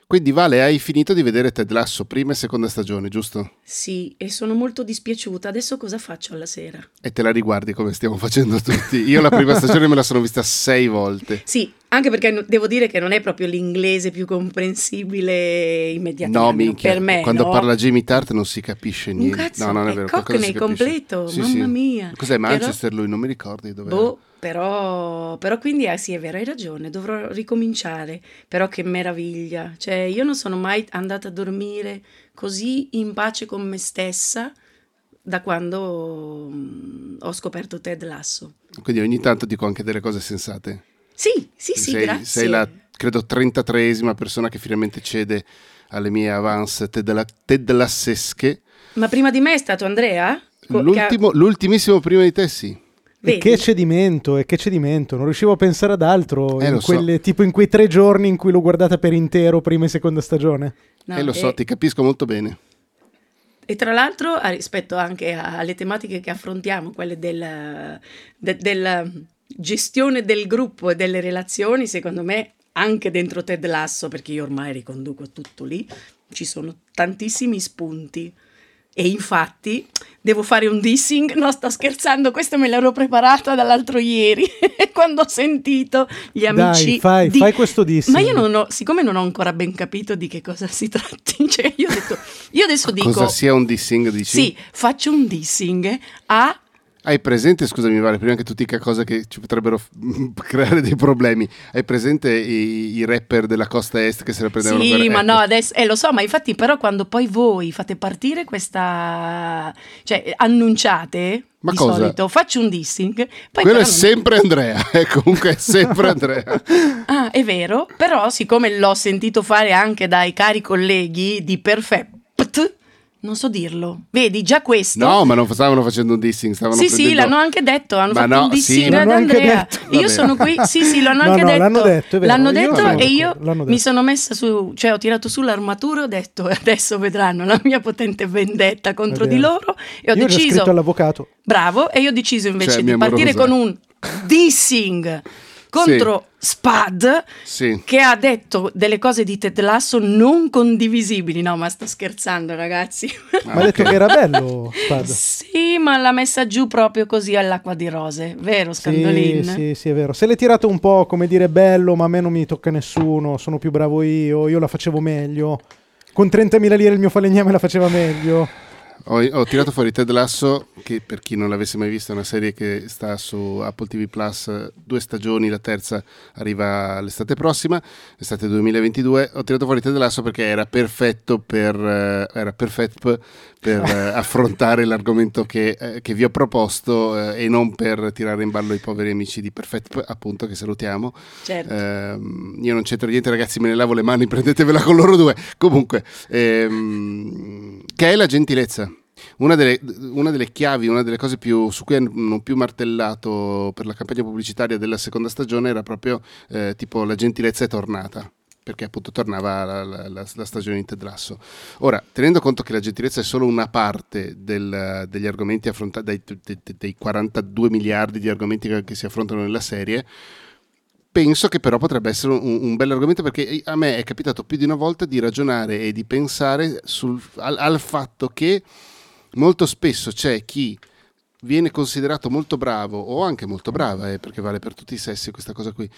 Quindi Vale, hai finito di vedere Ted Lasso, prima e seconda stagione, giusto? Sì, e sono molto dispiaciuta. Adesso cosa faccio alla sera? E te la riguardi come stiamo facendo tutti. Io la prima stagione me la sono vista 6 volte. Sì, anche perché devo dire che non è proprio l'inglese più comprensibile immediatamente. No, minchia, per me, quando no? parla Jamie Tart non si capisce Un niente. cazzo, No, non è è vero. qualcosa Cockney si capisce. completo, Sì, mamma sì. mia. Cos'è Manchester lui? Non mi ricordo di dove Boh, però quindi sì, è vero, hai ragione, dovrò ricominciare. Però che meraviglia. Cioè, io non sono mai andata a dormire così in pace con me stessa da quando ho scoperto Ted Lasso. Quindi ogni tanto dico anche delle cose sensate. Sì, grazie. Sei la, credo, 33esima persona che finalmente cede alle mie avance Ted Lassesche. Ma prima di me è stato Andrea? L'ultimissimo prima di te, sì. Vedi? E che cedimento, non riuscivo a pensare ad altro tipo in quei 3 giorni in cui l'ho guardata per intero, prima e seconda stagione. No, lo so, ti capisco molto bene. E tra l'altro, rispetto anche alle tematiche che affrontiamo, quelle della gestione del gruppo e delle relazioni, secondo me, anche dentro Ted Lasso, perché io ormai riconduco tutto lì, ci sono tantissimi spunti. E infatti devo fare un dissing, no, sto scherzando, questa me l'ero preparata dall'altro ieri quando ho sentito gli amici. Dai, fai questo dissing. Ma io siccome non ho ancora ben capito di che cosa si tratti, cioè io adesso dico cosa sia un dissing, dici? Sì, faccio un dissing a... Hai presente, scusami Vale, prima che tu dica cose che ci potrebbero creare dei problemi, hai presente i rapper della costa est che se la prendevano per... Sì, ma no, adesso lo so, ma infatti però quando poi voi fate partire questa, cioè annunciate ma di cosa? solito, faccio un dissing, poi quello è sempre Andrea, comunque è sempre Andrea. Ah, è vero, però siccome l'ho sentito fare anche dai cari colleghi di Perfect, non so dirlo. Vedi, già questo... No, ma non stavano facendo un dissing, stavano Sì, prendendo... sì, l'hanno anche detto, hanno ma fatto no, un dissing sì, ad Andrea. Io vabbè. sono qui, sì, l'hanno anche detto. L'hanno detto, è vero. L'hanno detto Io e io l'hanno mi detto. sono messa su, cioè ho tirato su l'armatura e ho detto adesso vedranno la mia potente vendetta contro di loro e ho Io ho già deciso... scritto all'avvocato. Bravo, e io ho deciso invece Cioè, di mia partire amorosa. con un dissing contro Spad, Sì. che ha detto delle cose di Ted Lasso non condivisibili. No, ma sto scherzando, ragazzi. Ma ha detto che era bello, Spad. Sì, ma l'ha messa giù proprio così all'acqua di rose, vero Scandolin? Sì, è vero. Se l'è tirato un po', come dire, bello, ma a me non mi tocca nessuno, sono più bravo io la facevo meglio. Con 30.000 lire il mio falegname la faceva meglio. Ho tirato fuori Ted Lasso, che per chi non l'avesse mai vista è una serie che sta su Apple TV Plus, 2 stagioni, la terza arriva l'estate prossima, estate 2022. Ho tirato fuori Ted Lasso perché era perfetto per affrontare l'argomento che vi ho proposto e non per tirare in ballo i poveri amici di Perfect, appunto, che salutiamo. Certo. Io non c'entro niente, ragazzi, me ne lavo le mani, prendetevela con loro due. Comunque, che è la gentilezza. Una delle chiavi, una delle cose su cui hanno più martellato per la campagna pubblicitaria della seconda stagione era proprio tipo la gentilezza è tornata, perché appunto tornava la stagione di Ted Lasso. Ora, tenendo conto che la gentilezza è solo una parte degli argomenti affrontati, dei 42 miliardi di argomenti che si affrontano nella serie, penso che però potrebbe essere un bel argomento, perché a me è capitato più di una volta di ragionare e di pensare al fatto che molto spesso c'è chi viene considerato molto bravo o anche molto brava, perché vale per tutti i sessi questa cosa qui,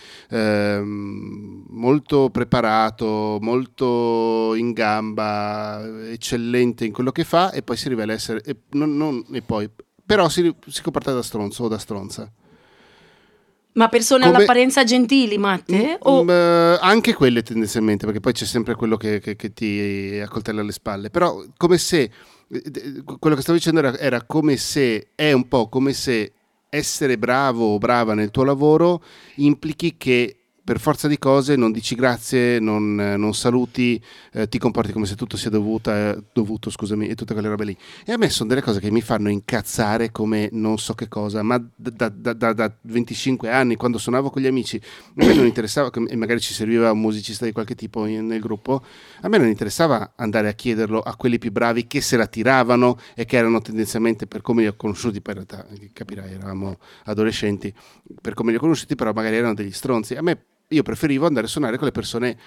molto preparato, molto in gamba, eccellente in quello che fa, e poi si rivela essere però si comporta da stronzo o da stronza. Ma persone all'apparenza gentili, Matte? Anche quelle tendenzialmente, perché poi c'è sempre quello che ti accoltella alle spalle, però come se quello che stavo dicendo era come se, è un po' come se essere bravo o brava nel tuo lavoro implichi che per forza di cose non dici grazie, non saluti, ti comporti come se tutto sia dovuto, scusami, e tutte quelle robe lì. E a me sono delle cose che mi fanno incazzare come non so che cosa, ma da 25 anni, quando suonavo con gli amici, a me non interessava, e magari ci serviva un musicista di qualche tipo nel gruppo, a me non interessava andare a chiederlo a quelli più bravi che se la tiravano e che erano tendenzialmente, per come li ho conosciuti, per realtà, capirai, eravamo adolescenti, per come li ho conosciuti, però magari erano degli stronzi. Io preferivo andare a suonare con le persone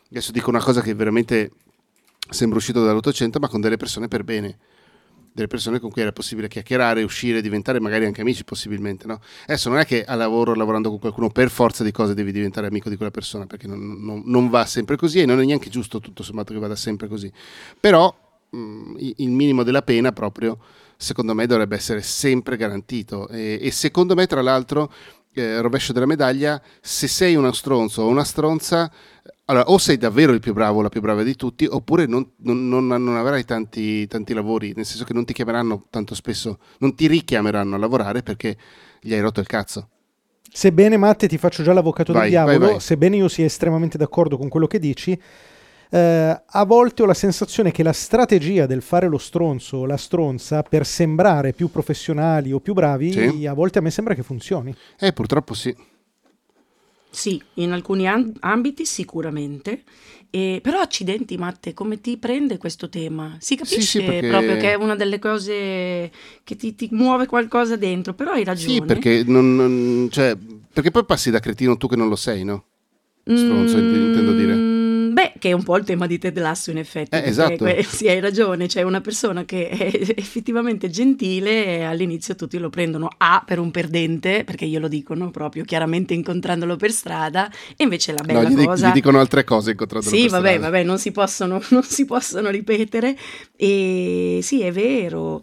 adesso dico una cosa che veramente sembra uscito dall'Ottocento, ma con delle persone per bene, delle persone con cui era possibile chiacchierare, uscire, diventare magari anche amici possibilmente, no? Adesso non è che a lavoro, lavorando con qualcuno, per forza di cose devi diventare amico di quella persona, perché non va sempre così, e non è neanche giusto tutto sommato che vada sempre così, però il minimo della pena proprio, secondo me, dovrebbe essere sempre garantito, e secondo me, tra l'altro, rovescio della medaglia, se sei uno stronzo o una stronza, allora o sei davvero il più bravo o la più brava di tutti, oppure non avrai tanti lavori, nel senso che non ti chiameranno tanto spesso, non ti richiameranno a lavorare perché gli hai rotto il cazzo. Sebbene, Matte, ti faccio già l'avvocato del diavolo, vai. sebbene io sia estremamente d'accordo con quello che dici, a volte ho la sensazione che la strategia del fare lo stronzo o la stronza per sembrare più professionali o più bravi, sì, a volte a me sembra che funzioni. Purtroppo sì. Sì, in alcuni ambiti sicuramente, però accidenti Matte, come ti prende questo tema? Si capisce Sì, perché... proprio che è una delle cose che ti muove qualcosa dentro, però hai ragione. Sì, perché, cioè, perché poi passi da cretino tu che non lo sei, no? Stronzo, intendo dire. Beh, che è un po' il tema di Ted Lasso, in effetti. Esatto. Sì, hai ragione, c'è una persona che è effettivamente gentile e all'inizio tutti lo prendono per un perdente, perché glielo dicono proprio chiaramente incontrandolo per strada, e invece la bella cosa... Gli dicono altre cose incontrandolo per strada. Sì, vabbè, non si possono ripetere, e sì, è vero.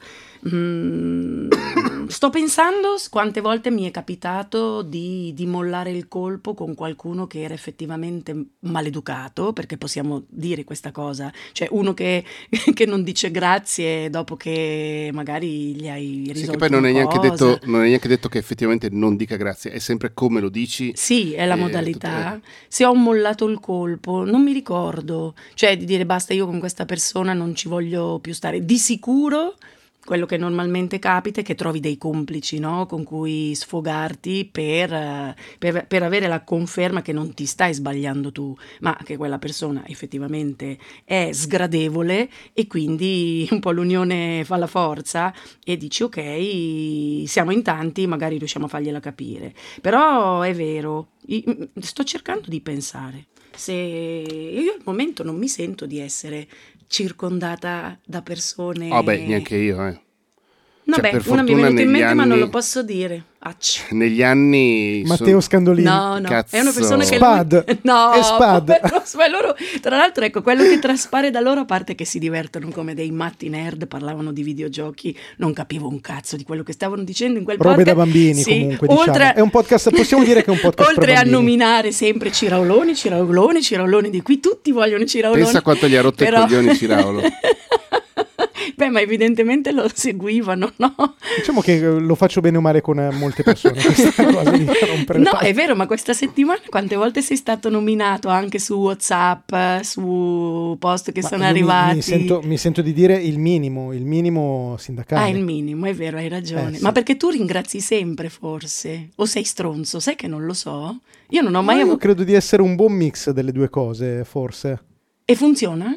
Sto pensando quante volte mi è capitato di mollare il colpo con qualcuno che era effettivamente maleducato, perché possiamo dire questa cosa, cioè uno che non dice grazie dopo che magari gli hai risolto, che poi non è neanche detto che effettivamente non dica grazie, è sempre come lo dici. Sì, è la modalità. Se ho mollato il colpo, non mi ricordo, cioè di dire basta, io con questa persona non ci voglio più stare. Di sicuro quello che normalmente capita è che trovi dei complici, no? Con cui sfogarti per avere la conferma che non ti stai sbagliando tu, ma che quella persona effettivamente è sgradevole, e quindi un po' l'unione fa la forza e dici ok, siamo in tanti, magari riusciamo a fargliela capire. Però è vero, sto cercando di pensare se io al momento non mi sento di essere circondata da persone. Neanche io, Vabbè, per una mi è fortuna venuta in mente, negli ma non anni- lo posso dire. Negli anni Matteo Scandolini. No, Cazzo. è una persona che Spad. no, È Spad. ma loro, tra l'altro, ecco, quello che traspare da loro, a parte che si divertono come dei matti nerd, parlavano di videogiochi, non capivo un cazzo di quello che stavano dicendo in quel Robe podcast. da bambini, Sì, comunque, diciamo. È un podcast, possiamo dire che è un podcast per oltre a bambini. nominare sempre Ciraoloni di qui, tutti vogliono Ciraoloni. Pensa quanto gli ha rotto i coglioni Ciraulo. Beh, ma evidentemente lo seguivano, no? Diciamo che lo faccio bene o male con molte persone, questa cosa di rompere le No, palle. è vero, ma questa settimana quante volte sei stato nominato anche su WhatsApp, su post che Ma sono io arrivati? mi sento di dire il minimo sindacale. Il minimo, è vero, hai ragione. Sì. Ma perché tu ringrazi sempre, forse? O sei stronzo? Sai che non lo so? Io non ho mai Io avuto... credo di essere un buon mix delle due cose, forse. E funziona?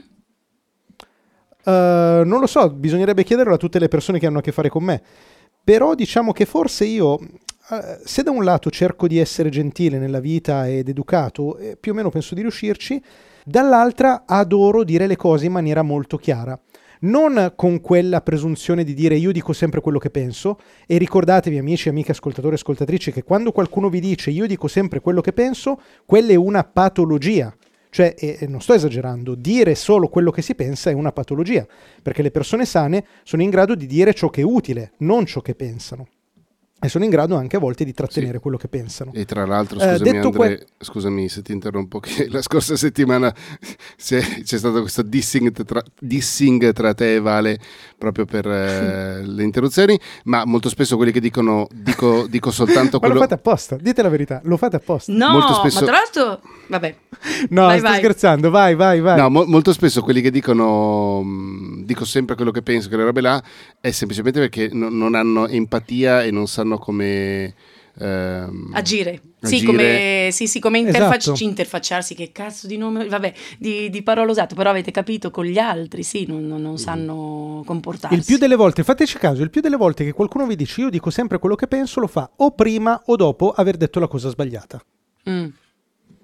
Non lo so, bisognerebbe chiederlo a tutte le persone che hanno a che fare con me. Però diciamo che forse io, se da un lato cerco di essere gentile nella vita ed educato, più o meno penso di riuscirci, dall'altra adoro dire le cose in maniera molto chiara. Non con quella presunzione di dire io dico sempre quello che penso, e ricordatevi, amici, amiche, ascoltatori e ascoltatrici, che quando qualcuno vi dice io dico sempre quello che penso, quella è una patologia. Cioè, e non sto esagerando, dire solo quello che si pensa è una patologia, perché le persone sane sono in grado di dire ciò che è utile, non ciò che pensano. E sono in grado anche a volte di trattenere quello che pensano. E tra l'altro, scusami detto Andre, scusami se ti interrompo, che la scorsa settimana c'è stato questo dissing tra te e Vale proprio per le interruzioni, ma molto spesso quelli che dico soltanto Ma quello... lo fate apposta, dite la verità, lo fate apposta. No, Molto spesso... ma tra l'altro... Vabbè. No, Vai, sto vai. scherzando, vai. No, molto spesso quelli che dico sempre quello che penso, che le robe là, è semplicemente perché non hanno empatia e non sanno come Agire. Sì, agire. come Esatto. interfacciarsi, che cazzo di nome, vabbè, di parola usata, però avete capito, con gli altri, sì, non sanno comportarsi. Il più delle volte, fateci caso, il più delle volte che qualcuno vi dice io dico sempre quello che penso, lo fa o prima o dopo aver detto la cosa sbagliata.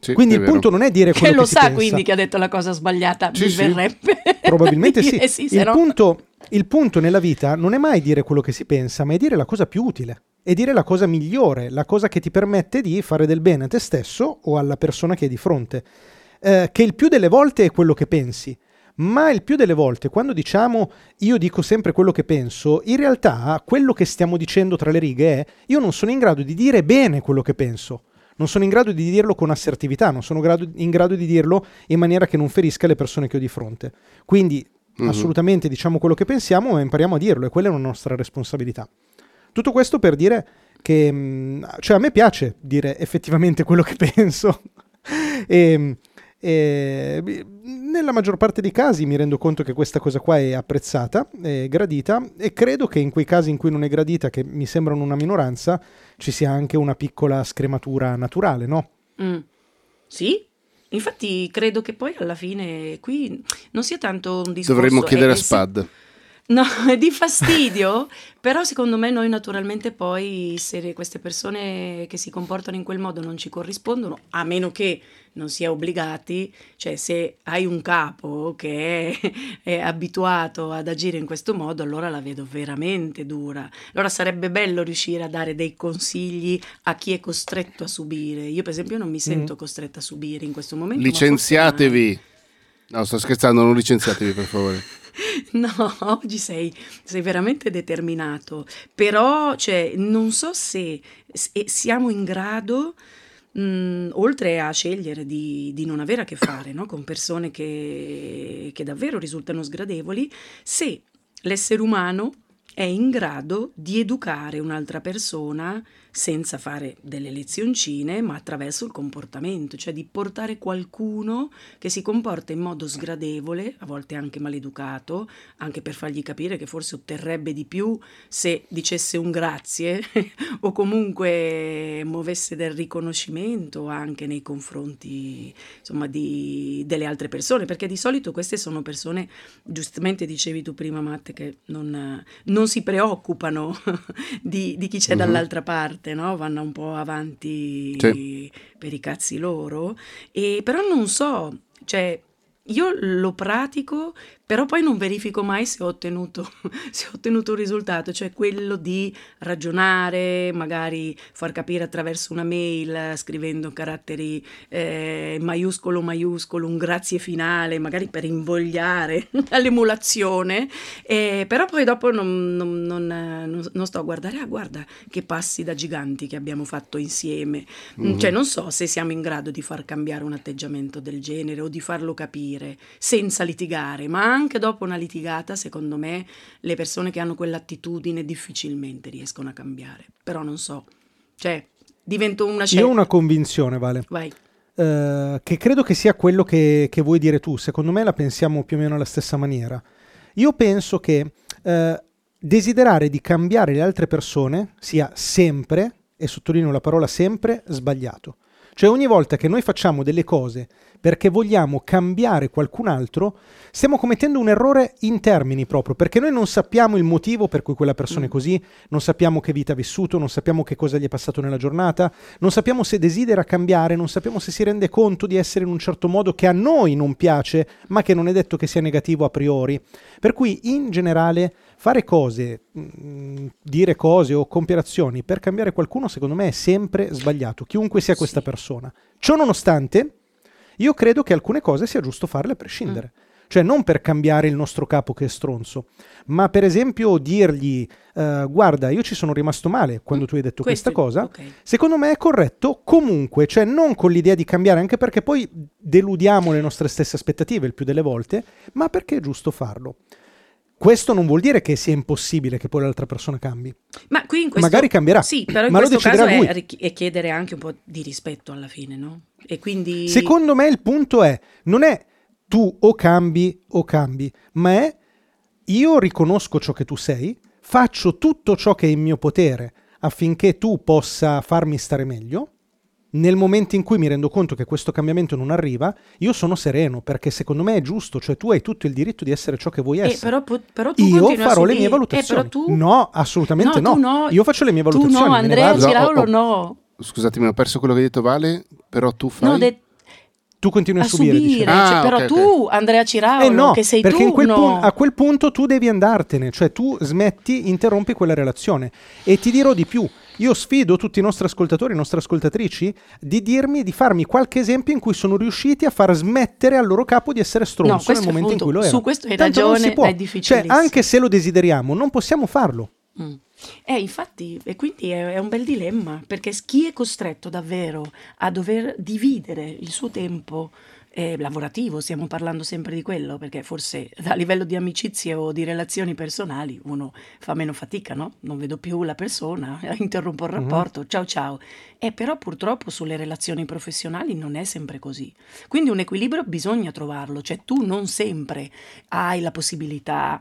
Sì, Quindi è il vero. punto non è dire quello Che lo si sa pensa. quindi che ha detto la cosa sbagliata, Sì, mi sì. verrebbe. Probabilmente sì. Dire se Il no- punto nella vita non è mai dire quello che si pensa, ma è dire la cosa più utile. E dire la cosa migliore, la cosa che ti permette di fare del bene a te stesso o alla persona che è di fronte. Che il più delle volte è quello che pensi. Ma il più delle volte, quando diciamo io dico sempre quello che penso, in realtà quello che stiamo dicendo tra le righe è io non sono in grado di dire bene quello che penso. Non sono in grado di dirlo con assertività, non sono in grado di dirlo in maniera che non ferisca le persone che ho di fronte. Quindi assolutamente diciamo quello che pensiamo, ma impariamo a dirlo e quella è una nostra responsabilità. Tutto questo per dire che cioè a me piace dire effettivamente quello che penso e nella maggior parte dei casi mi rendo conto che questa cosa qua è apprezzata, è gradita, e credo che in quei casi in cui non è gradita, che mi sembrano una minoranza, ci sia anche una piccola scrematura naturale, no? Sì, infatti credo che poi alla fine qui non sia tanto un discorso... Dovremmo chiedere a se- Spad. No, è di fastidio, però secondo me noi naturalmente poi se queste persone che si comportano in quel modo non ci corrispondono, a meno che non sia obbligati, cioè se hai un capo che è abituato ad agire in questo modo, allora la vedo veramente dura. Allora sarebbe bello riuscire a dare dei consigli a chi è costretto a subire. Io per esempio non mi sento costretta a subire in questo momento. ma forse Licenziatevi. No, sto scherzando, non licenziatevi per favore. No, oggi sei veramente determinato, però cioè, non so se siamo in grado, oltre a scegliere di non avere a che fare, no, con persone che davvero risultano sgradevoli, se l'essere umano è in grado di educare un'altra persona senza fare delle lezioncine, ma attraverso il comportamento, cioè di portare qualcuno che si comporta in modo sgradevole, a volte anche maleducato, anche per fargli capire che forse otterrebbe di più se dicesse un grazie o comunque muovesse del riconoscimento anche nei confronti, insomma, delle altre persone, perché di solito queste sono persone, giustamente dicevi tu prima, Matte, che non si preoccupano di chi c'è dall'altra parte, no? Vanno un po' avanti Sì. per i cazzi loro, e però non so, cioè io lo pratico, però poi non verifico mai se ho ottenuto un risultato, cioè quello di ragionare, magari far capire attraverso una mail, scrivendo caratteri maiuscolo, un grazie finale, magari per invogliare all'emulazione, però poi dopo non sto a guardare, guarda che passi da giganti che abbiamo fatto insieme, cioè non so se siamo in grado di far cambiare un atteggiamento del genere o di farlo capire senza litigare, ma anche dopo una litigata, secondo me, le persone che hanno quell'attitudine difficilmente riescono a cambiare. Però non so, cioè, divento una Io ho una convinzione, Vale, Vai. che credo che sia quello che vuoi dire tu. Secondo me la pensiamo più o meno alla stessa maniera. Io penso che desiderare di cambiare le altre persone sia sempre, e sottolineo la parola sempre, sbagliato. Cioè ogni volta che noi facciamo delle cose perché vogliamo cambiare qualcun altro, stiamo commettendo un errore in termini proprio, perché noi non sappiamo il motivo per cui quella persona è così, non sappiamo che vita ha vissuto, non sappiamo che cosa gli è passato nella giornata, non sappiamo se desidera cambiare, non sappiamo se si rende conto di essere in un certo modo che a noi non piace, ma che non è detto che sia negativo a priori. Per cui in generale fare cose, dire cose o compiere azioni per cambiare qualcuno, secondo me è sempre sbagliato, chiunque sia questa persona. Ciò nonostante, io credo che alcune cose sia giusto farle a prescindere. Cioè non per cambiare il nostro capo che è stronzo, ma per esempio dirgli guarda, io ci sono rimasto male quando tu hai detto questa cosa, secondo me è corretto comunque, cioè non con l'idea di cambiare, anche perché poi deludiamo le nostre stesse aspettative il più delle volte, ma perché è giusto farlo. Questo non vuol dire che sia impossibile che poi l'altra persona cambi. Ma qui in questo, magari cambierà, sì, però in ma questo lo deciderà caso lui. è chiedere anche un po' di rispetto alla fine, no? E quindi Secondo me il punto non è tu o cambi, ma è io riconosco ciò che tu sei, faccio tutto ciò che è in mio potere affinché tu possa farmi stare meglio. Nel momento in cui mi rendo conto che questo cambiamento non arriva, io sono sereno, perché secondo me è giusto, cioè tu hai tutto il diritto di essere ciò che vuoi essere. Però tu io continui a farò le subire. mie valutazioni. Però tu... No, assolutamente no. no. Io faccio le mie valutazioni. Tu no, Andrea vado. Giraulo no. Scusatemi, ho perso quello che hai detto, Vale, però tu fai... No, tu continui a a subire. subire, diciamo. cioè, però ok, tu, Andrea Ciraulo, No, che sei perché tu, no. a quel punto tu devi andartene, cioè tu smetti, interrompi quella relazione. E ti dirò di più, io sfido tutti i nostri ascoltatori, le nostre ascoltatrici, di farmi qualche esempio in cui sono riusciti a far smettere al loro capo di essere stronzo nel questo momento in appunto, cui lo era. su questo hai Tanto non ragione, si può. è Cioè, difficilissimo. anche se lo desideriamo, non possiamo farlo. Infatti, e quindi è un bel dilemma, perché chi è costretto davvero a dover dividere il suo tempo lavorativo, stiamo parlando sempre di quello, perché forse a livello di amicizie o di relazioni personali uno fa meno fatica, no? Non vedo più la persona, interrompo il rapporto, ciao ciao. Però purtroppo sulle relazioni professionali non è sempre così. Quindi un equilibrio bisogna trovarlo, cioè tu non sempre hai la possibilità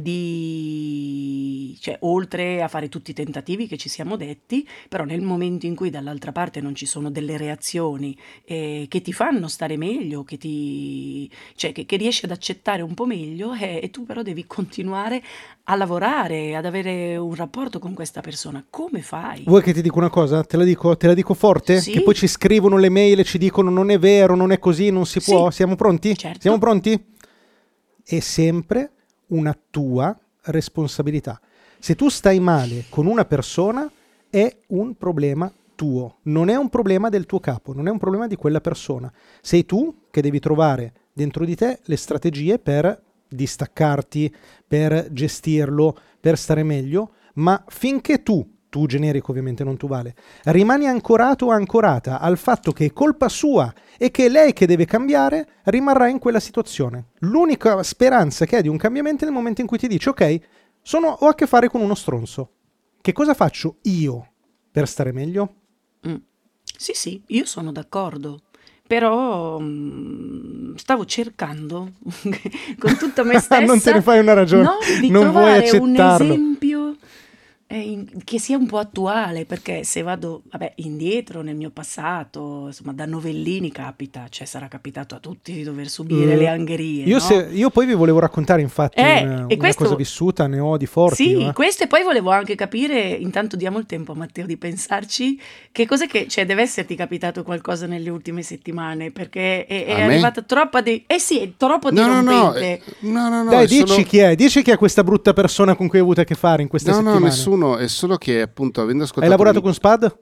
di, cioè oltre a fare tutti i tentativi che ci siamo detti, però nel momento in cui dall'altra parte non ci sono delle reazioni che ti fanno stare meglio, cioè che riesci ad accettare un po' meglio, e tu però devi continuare a lavorare, ad avere un rapporto con questa persona. Come fai? Vuoi che ti dico una cosa? Te la dico forte? Sì. Che poi ci scrivono le mail e ci dicono non è vero, non è così, non si può. Sì. Siamo pronti? Certo. Siamo pronti? È sempre una tua responsabilità. Se tu stai male con una persona è un problema tuo, non è un problema del tuo capo, non è un problema di quella persona. Sei tu che devi trovare dentro di te le strategie per distaccarti, per gestirlo, per stare meglio, ma finché tu generico ovviamente, non tu Vale, rimani ancorato o ancorata al fatto che è colpa sua e che è lei che deve cambiare, rimarrà in quella situazione. L'unica speranza che hai di un cambiamento è nel momento in cui ti dici ok, ho a che fare con uno stronzo. Che cosa faccio io per stare meglio? Sì, io sono d'accordo. Però stavo cercando con tutta me stessa non te ne fai una ragione, di non vuoi trovare un accettarlo. esempio che sia un po' attuale, perché se vado indietro nel mio passato, insomma da novellini capita, cioè sarà capitato a tutti di dover subire le angherie, Io, no? io poi vi volevo raccontare infatti una questo, cosa vissuta, ne ho di forti. Sì, questo, e poi volevo anche capire, intanto diamo il tempo a Matteo di pensarci, che cos'è che, cioè deve esserti capitato qualcosa nelle ultime settimane, perché è arrivata troppa sì, è troppo dirompente. No, dai, dici chi è questa brutta persona con cui hai avuto a che fare in queste settimane. No, nessuno, è solo che appunto avendo ascoltato... Hai lavorato con Spad?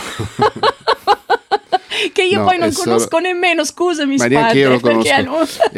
Che io poi non conosco nemmeno, scusami, ma Spad, neanche io lo conosco.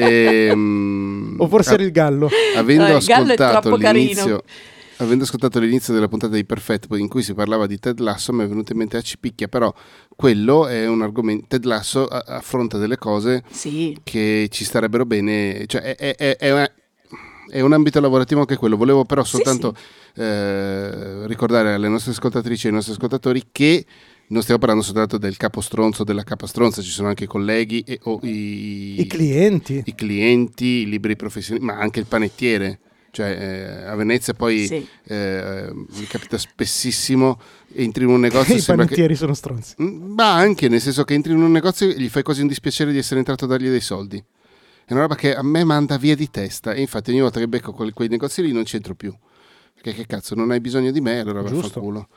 O forse era il Gallo. Avendo il Gallo è troppo l'inizio, avendo ascoltato l'inizio della puntata di Perfetto in cui si parlava di Ted Lasso, mi è venuto in mente Cipicchia, però quello è un argomento. Ted Lasso affronta delle cose che ci starebbero bene, cioè è un ambito lavorativo anche quello. Volevo però soltanto ricordare alle nostre ascoltatrici e ai nostri ascoltatori che non stiamo parlando soltanto del capostronzo o della capostronza, ci sono anche i colleghi i clienti, i liberi professionisti, ma anche il panettiere. Cioè a Venezia poi mi capita spessissimo, entri in un negozio i panettieri sono stronzi, ma anche nel senso che entri in un negozio e gli fai quasi un dispiacere di essere entrato a dargli dei soldi. È una roba che a me manda via di testa, e infatti ogni volta che becco quei negozi lì non c'entro più, perché che cazzo, non hai bisogno di me, allora vaffanculo.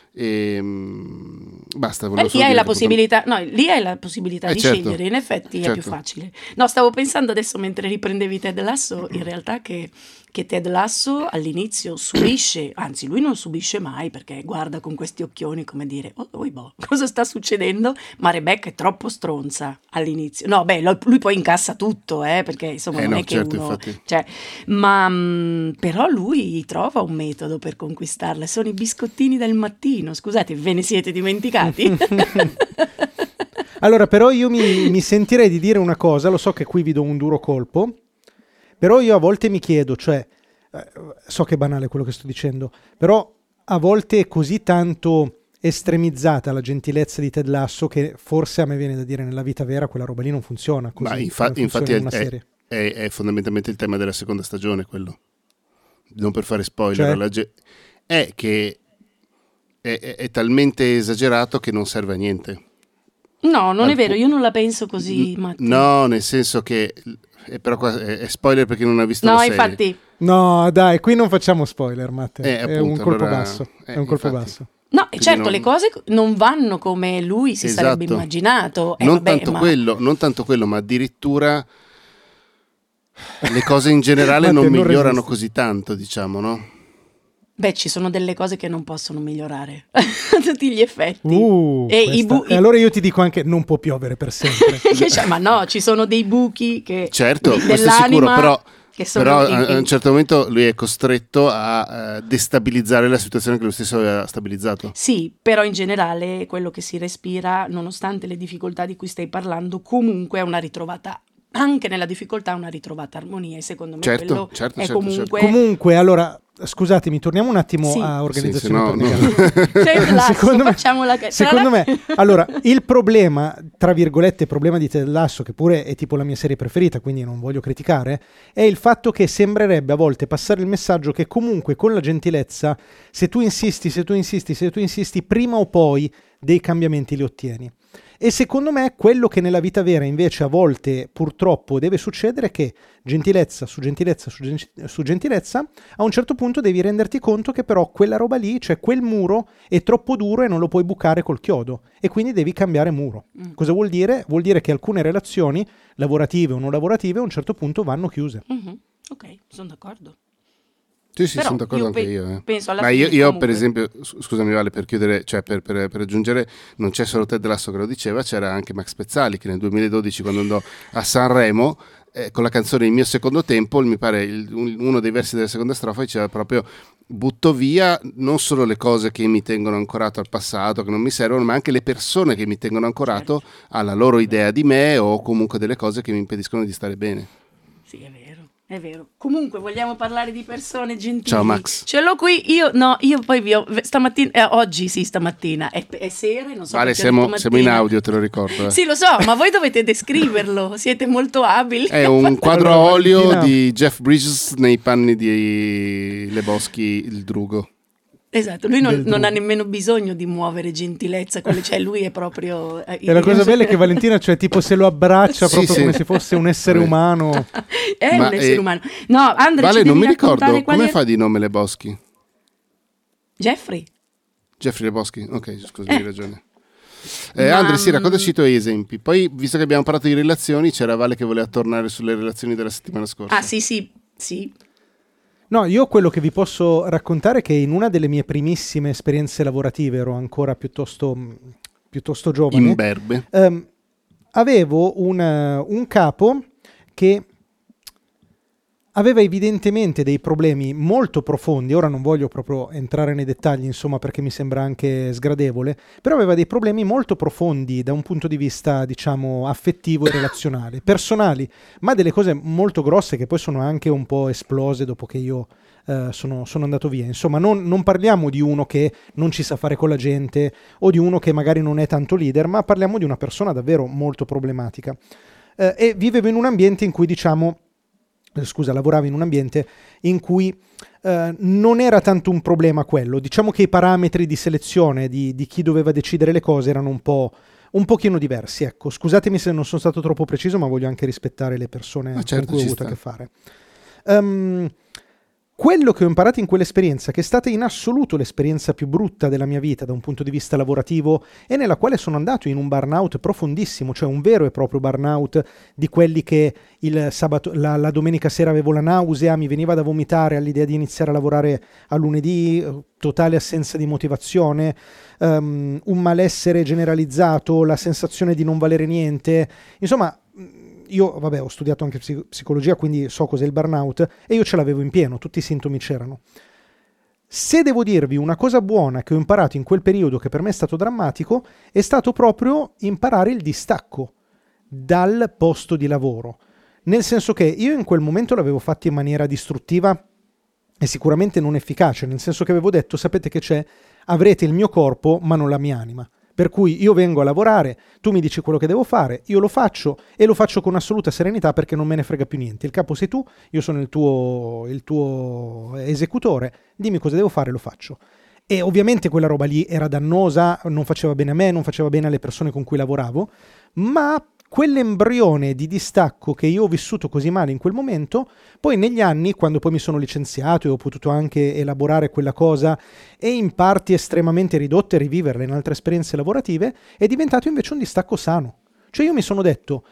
Basta. Lì hai la possibilità, lì hai la possibilità di scegliere, in effetti è più facile. No, stavo pensando adesso mentre riprendevi Ted Lasso, in realtà che Ted Lasso all'inizio subisce, anzi lui non subisce mai, perché guarda con questi occhioni come dire cosa sta succedendo, ma Rebecca è troppo stronza all'inizio. No, lui poi incassa tutto, perché insomma non è che uno, cioè, ma però lui trova un metodo per conquistarla, sono i biscottini del mattino. Scusate, ve ne siete dimenticati? Allora, però io mi sentirei di dire una cosa, lo so che qui vi do un duro colpo, però io a volte mi chiedo, cioè, so che è banale quello che sto dicendo, però a volte è così tanto estremizzata la gentilezza di Ted Lasso che forse a me viene da dire nella vita vera quella roba lì non funziona così. Ma infatti in una serie. È fondamentalmente il tema della seconda stagione quello. Non per fare spoiler, cioè? È che è talmente esagerato che non serve a niente. No, non è vero, io non la penso così, Matteo. No, nel senso che però qua è spoiler perché non ha visto la serie. Infatti. No, dai, qui non facciamo spoiler, Matteo. È appunto, un colpo allora, basso. È un colpo basso. No, e Quindi certo, non- le cose non vanno come lui si sarebbe Esatto. immaginato. Non Vabbè, tanto ma quello, non tanto quello, ma addirittura le cose in generale Matteo, non non migliorano resisti. così tanto, diciamo, no? beh, ci sono delle cose che non possono migliorare a tutti gli effetti. E i Questa- e allora io ti dico anche non può piovere per sempre. ma no, ci sono dei buchi che Certo, questo è dell'anima sicuro, però, che sono però a un certo momento lui è costretto a destabilizzare la situazione che lui stesso aveva stabilizzato. Sì, però in generale quello che si respira, nonostante le difficoltà di cui stai parlando, comunque è una ritrovata, anche nella difficoltà, una ritrovata armonia. E secondo me Certo, quello certo, è certo, comunque... Comunque, allora, scusatemi, torniamo un attimo Sì. a Sì, se organizzazione no, parmigiana. Ted Lasso, Secondo me- facciamola Secondo me, allora, il problema, tra virgolette, problema di Ted Lasso, che pure è tipo la mia serie preferita, quindi non voglio criticare, è il fatto che sembrerebbe a volte passare il messaggio che comunque con la gentilezza, se tu insisti, prima o poi dei cambiamenti li ottieni. E secondo me quello che nella vita vera invece a volte purtroppo deve succedere è che gentilezza su gentilezza, a un certo punto devi renderti conto che però quella roba lì, cioè quel muro, è troppo duro e non lo puoi bucare col chiodo e quindi devi cambiare muro. Cosa vuol dire? Vuol dire che alcune relazioni, lavorative o non lavorative, a un certo punto vanno chiuse. Mhm. Ok, sono d'accordo. Sì, sì, Però sono d'accordo io anche io. penso alla Ma fine io comunque- per esempio, scusami Vale, per chiudere, cioè per aggiungere, non c'è solo Ted Lasso che lo diceva, c'era anche Max Pezzali che nel 2012 quando andò a Sanremo con la canzone Il mio secondo tempo, mi pare uno dei versi della seconda strofa diceva proprio butto via non solo le cose che mi tengono ancorato al passato, che non mi servono, ma anche le persone che mi tengono ancorato alla loro idea di me o comunque delle cose che mi impediscono di stare bene. Sì, è vero. È vero. Comunque vogliamo parlare di persone gentili. Ciao, Max. Ce l'ho qui, io poi stamattina, oggi sì, stamattina, è sera e non so Vale, perché ho detto siamo in mattina. audio, te lo ricordo. Sì, lo so, ma voi dovete descriverlo, siete molto abili. È un quadro a Allora, olio Valentina- di Jeff Bridges nei panni di Le Boschi, il drugo. Esatto, lui Del non ha drugo. nemmeno bisogno di muovere gentilezza, cioè lui è proprio... E la cosa bella è che Valentina, cioè tipo se lo abbraccia Sì, proprio sì. come se fosse un essere Sì. umano. è Ma un essere è- umano. No, Andre, Vale, ci non devi mi ricordo, raccontare qual come è- fa di nome Le Boschi? Jeffrey. Jeffrey Le Boschi? Ok, scusa, Eh. hai ragione. Ma- Andre, sì, raccontaci i tuoi esempi. Poi, visto che abbiamo parlato di relazioni, c'era Vale che voleva tornare sulle relazioni della settimana scorsa. Ah, sì. No, io quello che vi posso raccontare è che in una delle mie primissime esperienze lavorative, ero ancora piuttosto giovane, Imberbe. avevo un capo che aveva evidentemente dei problemi molto profondi. Ora non voglio proprio entrare nei dettagli, insomma, perché mi sembra anche sgradevole, però aveva dei problemi molto profondi da un punto di vista, diciamo, affettivo e relazionale, personali, ma delle cose molto grosse che poi sono anche un po' esplose dopo che io sono andato via. Insomma, non parliamo di uno che non ci sa fare con la gente o di uno che magari non è tanto leader, ma parliamo di una persona davvero molto problematica. E vivevo in un ambiente in cui, diciamo, lavoravo in un ambiente in cui non era tanto un problema quello. Diciamo che i parametri di selezione di chi doveva decidere le cose erano un pochino diversi. Ecco, scusatemi se non sono stato troppo preciso, ma voglio anche rispettare le persone certo, con cui ho ci avuto a sta. che fare. Quello che ho imparato in quell'esperienza, che è stata in assoluto l'esperienza più brutta della mia vita da un punto di vista lavorativo e nella quale sono andato in un burnout profondissimo, cioè un vero e proprio burnout di quelli che il sabato, la domenica sera avevo la nausea, mi veniva da vomitare all'idea di iniziare a lavorare a lunedì, totale assenza di motivazione, un malessere generalizzato, la sensazione di non valere niente, insomma. Io, vabbè, ho studiato anche psicologia, quindi so cos'è il burnout e io ce l'avevo in pieno, tutti i sintomi c'erano. Se devo dirvi una cosa buona che ho imparato in quel periodo, che per me è stato drammatico, è stato proprio imparare il distacco dal posto di lavoro. Nel senso che io in quel momento l'avevo fatto in maniera distruttiva e sicuramente non efficace, nel senso che avevo detto, sapete che c'è? Avrete il mio corpo ma non la mia anima. Per cui io vengo a lavorare, tu mi dici quello che devo fare, io lo faccio e lo faccio con assoluta serenità perché non me ne frega più niente. Il capo sei tu, io sono il tuo esecutore, dimmi cosa devo fare, lo faccio. E ovviamente quella roba lì era dannosa, non faceva bene a me, non faceva bene alle persone con cui lavoravo, ma quell'embrione di distacco che io ho vissuto così male in quel momento, poi negli anni, quando poi mi sono licenziato e ho potuto anche elaborare quella cosa e in parti estremamente ridotte riviverla in altre esperienze lavorative, è diventato invece un distacco sano. Cioè io mi sono detto,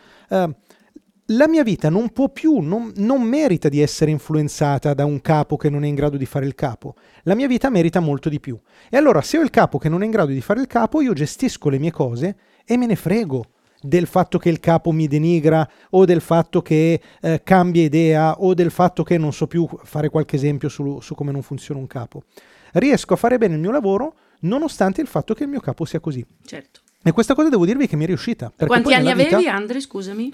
la mia vita non può più, non merita di essere influenzata da un capo che non è in grado di fare il capo. La mia vita merita molto di più. E allora se ho il capo che non è in grado di fare il capo, io gestisco le mie cose e me ne frego del fatto che il capo mi denigra o del fatto che cambia idea o del fatto che non so più fare qualche esempio su come non funziona un capo. Riesco a fare bene il mio lavoro nonostante il fatto che il mio capo sia così. Certo. E questa cosa devo dirvi che mi è riuscita. Quanti anni avevi, Andre, scusami?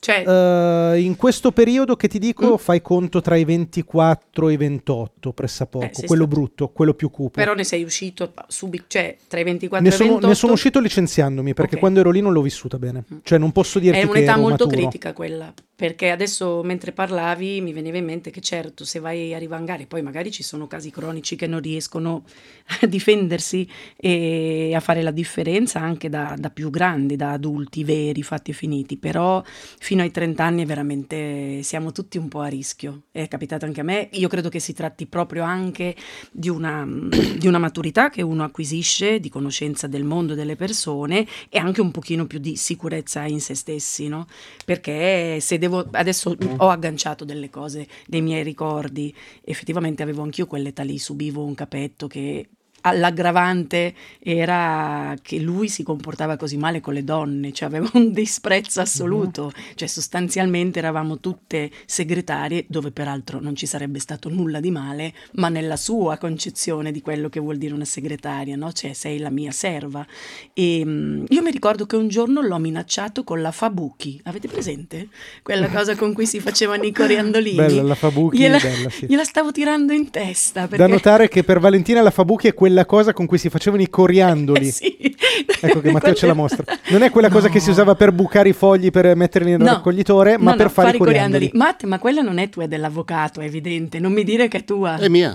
Cioè, in questo periodo che ti dico fai conto tra i 24 e i 28 pressappoco, quello stato... brutto, quello più cupo. Però ne sei uscito subito, cioè tra i 24 e i 28? Ne sono uscito licenziandomi perché quando ero lì non l'ho vissuta bene. Cioè non posso dirti che ero maturo. È un'età molto critica quella, perché adesso mentre parlavi mi veniva in mente che certo se vai a rivangare, poi magari ci sono casi cronici che non riescono a difendersi e a fare la differenza anche da più grandi, da adulti veri, fatti e finiti, però fino ai 30 anni veramente siamo tutti un po' a rischio. È capitato anche a me. Io credo che si tratti proprio anche di una maturità che uno acquisisce, di conoscenza del mondo, delle persone e anche un pochino più di sicurezza in se stessi, no? Perché se devo... Adesso ho agganciato delle cose, dei miei ricordi. Effettivamente avevo anch'io quell'età lì, subivo un capetto che... L'aggravante era che lui si comportava così male con le donne, cioè aveva un disprezzo assoluto, cioè sostanzialmente eravamo tutte segretarie, dove peraltro non ci sarebbe stato nulla di male, ma nella sua concezione di quello che vuol dire una segretaria, no? Cioè sei la mia serva. E io mi ricordo che un giorno l'ho minacciato con la Fabuki, avete presente? Quella cosa con cui si facevano i coriandolini. Bella la Fabuki, bella, sì. Gliela stavo tirando in testa. Perché... Da notare che per Valentina la Fabuki è quella cosa con cui si facevano i coriandoli. Sì. Ecco che Matteo ce la mostra. Non è quella cosa che si usava per bucare i fogli per metterli nel raccoglitore, ma per fare i coriandoli. Matt, ma quella non è tua, è dell'avvocato, è evidente. Non mi dire che è tua. È mia.